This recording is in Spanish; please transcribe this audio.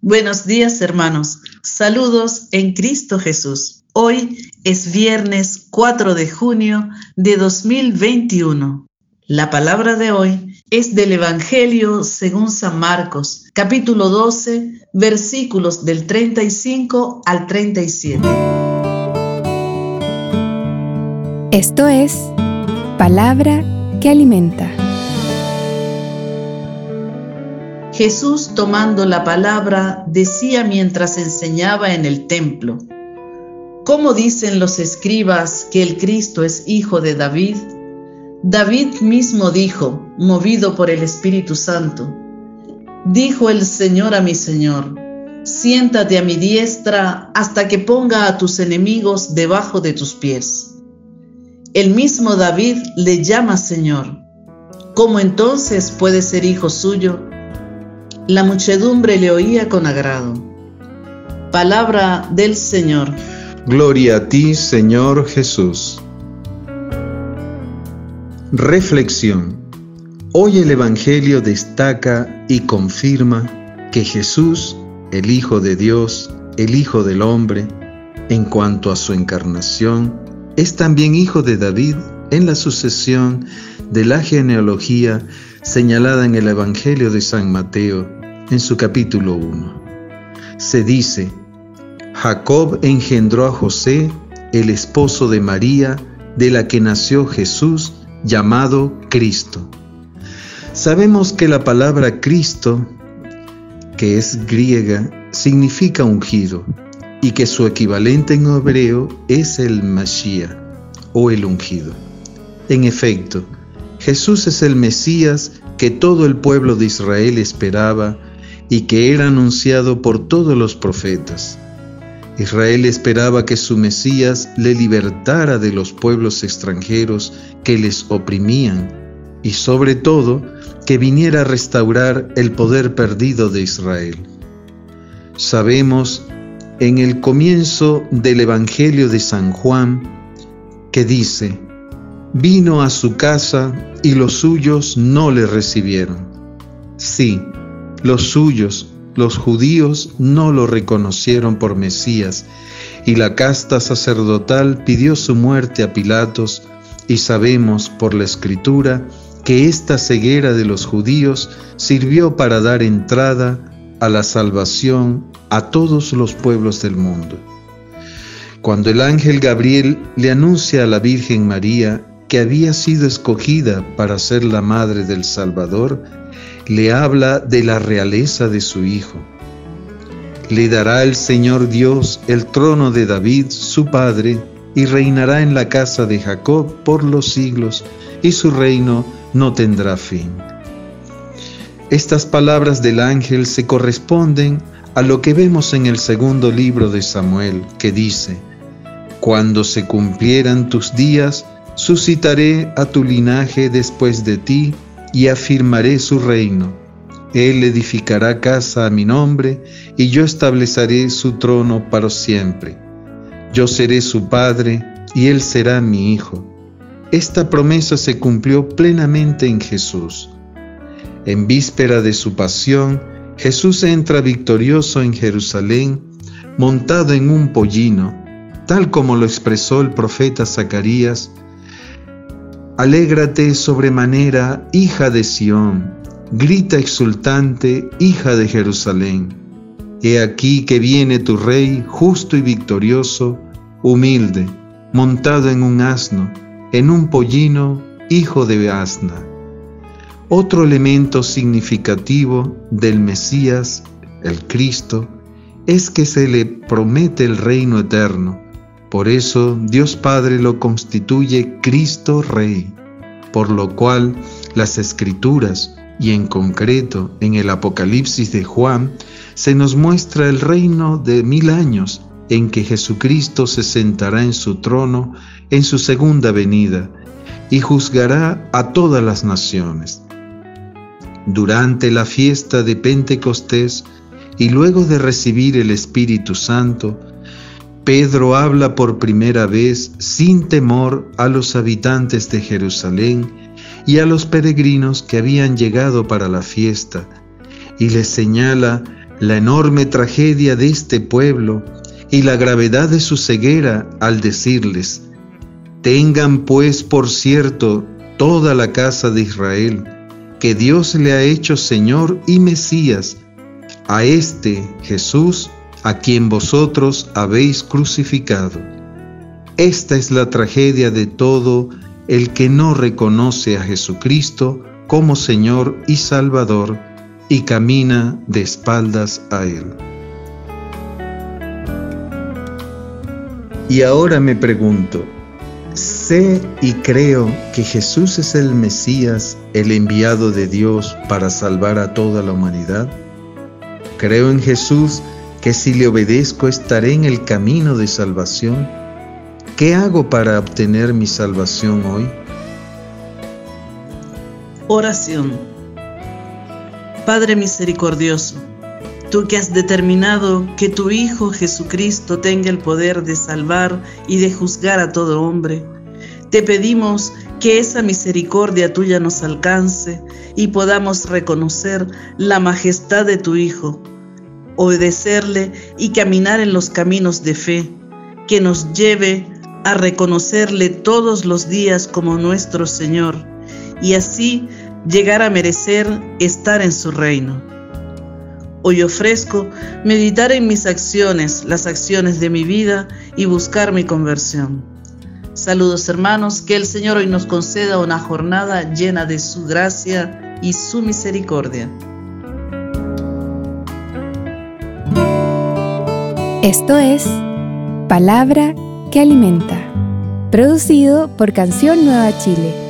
Buenos días, hermanos. Saludos en Cristo Jesús. Hoy es viernes 4 de junio de 2021. La palabra de hoy es del Evangelio según San Marcos, capítulo 12, versículos del 35 al 37. Esto es Palabra que Alimenta. Jesús, tomando la palabra, decía mientras enseñaba en el templo: ¿Cómo dicen los escribas que el Cristo es hijo de David? David mismo dijo, movido por el Espíritu Santo: Dijo el Señor a mi Señor: siéntate a mi diestra hasta que ponga a tus enemigos debajo de tus pies. El mismo David le llama Señor. ¿Cómo entonces puede ser hijo suyo? La muchedumbre le oía con agrado. Palabra del Señor. Gloria a ti, Señor Jesús. Reflexión. Hoy el Evangelio destaca y confirma que Jesús, el Hijo de Dios, el Hijo del Hombre, en cuanto a su encarnación, es también hijo de David en la sucesión de la genealogía señalada en el Evangelio de San Mateo, en su capítulo 1. Se dice: Jacob engendró a José, el esposo de María, de la que nació Jesús, llamado Cristo. Sabemos que la palabra Cristo, que es griega, significa ungido, y que su equivalente en hebreo es el Mashiach, o el ungido. En efecto, Jesús es el Mesías que todo el pueblo de Israel esperaba y que era anunciado por todos los profetas. Israel esperaba que su Mesías le libertara de los pueblos extranjeros que les oprimían y sobre todo que viniera a restaurar el poder perdido de Israel. Sabemos en el comienzo del Evangelio de San Juan que dice: vino a su casa y los suyos no le recibieron. Sí, los suyos, los judíos, no lo reconocieron por Mesías, y la casta sacerdotal pidió su muerte a Pilatos, y sabemos por la Escritura que esta ceguera de los judíos sirvió para dar entrada a la salvación a todos los pueblos del mundo. Cuando el ángel Gabriel le anuncia a la Virgen María que había sido escogida para ser la madre del Salvador, le habla de la realeza de su hijo. Le dará el Señor Dios el trono de David, su padre, y reinará en la casa de Jacob por los siglos, y su reino no tendrá fin. Estas palabras del ángel se corresponden a lo que vemos en el segundo libro de Samuel, que dice: cuando se cumplieran tus días, suscitaré a tu linaje después de ti y afirmaré su reino. Él edificará casa a mi nombre y yo estableceré su trono para siempre. Yo seré su padre y él será mi hijo. Esta promesa se cumplió plenamente en Jesús. En víspera de su pasión, Jesús entra victorioso en Jerusalén, montado en un pollino, tal como lo expresó el profeta Zacarías: alégrate sobremanera, hija de Sión, grita exultante, hija de Jerusalén. He aquí que viene tu rey, justo y victorioso, humilde, montado en un asno, en un pollino, hijo de asna. Otro elemento significativo del Mesías, el Cristo, es que se le promete el reino eterno. Por eso Dios Padre lo constituye Cristo Rey, por lo cual las Escrituras, y en concreto en el Apocalipsis de Juan, se nos muestra el reino de 1000 años en que Jesucristo se sentará en su trono en su segunda venida y juzgará a todas las naciones. Durante la fiesta de Pentecostés y luego de recibir el Espíritu Santo, Pedro habla por primera vez sin temor a los habitantes de Jerusalén y a los peregrinos que habían llegado para la fiesta, y les señala la enorme tragedia de este pueblo y la gravedad de su ceguera al decirles: tengan pues por cierto toda la casa de Israel, que Dios le ha hecho Señor y Mesías, a este Jesús, a quien vosotros habéis crucificado. Esta es la tragedia de todo el que no reconoce a Jesucristo como Señor y Salvador y camina de espaldas a Él. Y ahora me pregunto, ¿sé y creo que Jesús es el Mesías, el enviado de Dios para salvar a toda la humanidad? ¿Creo en Jesús que si le obedezco estaré en el camino de salvación? ¿Qué hago para obtener mi salvación hoy? Oración. Padre misericordioso, tú que has determinado que tu Hijo Jesucristo tenga el poder de salvar y de juzgar a todo hombre, te pedimos que esa misericordia tuya nos alcance y podamos reconocer la majestad de tu Hijo, obedecerle y caminar en los caminos de fe, que nos lleve a reconocerle todos los días como nuestro Señor y así llegar a merecer estar en su reino. Hoy ofrezco meditar en mis acciones, las acciones de mi vida y buscar mi conversión. Saludos hermanos, que el Señor hoy nos conceda una jornada llena de su gracia y su misericordia. Esto es Palabra que Alimenta, producido por Canción Nueva Chile.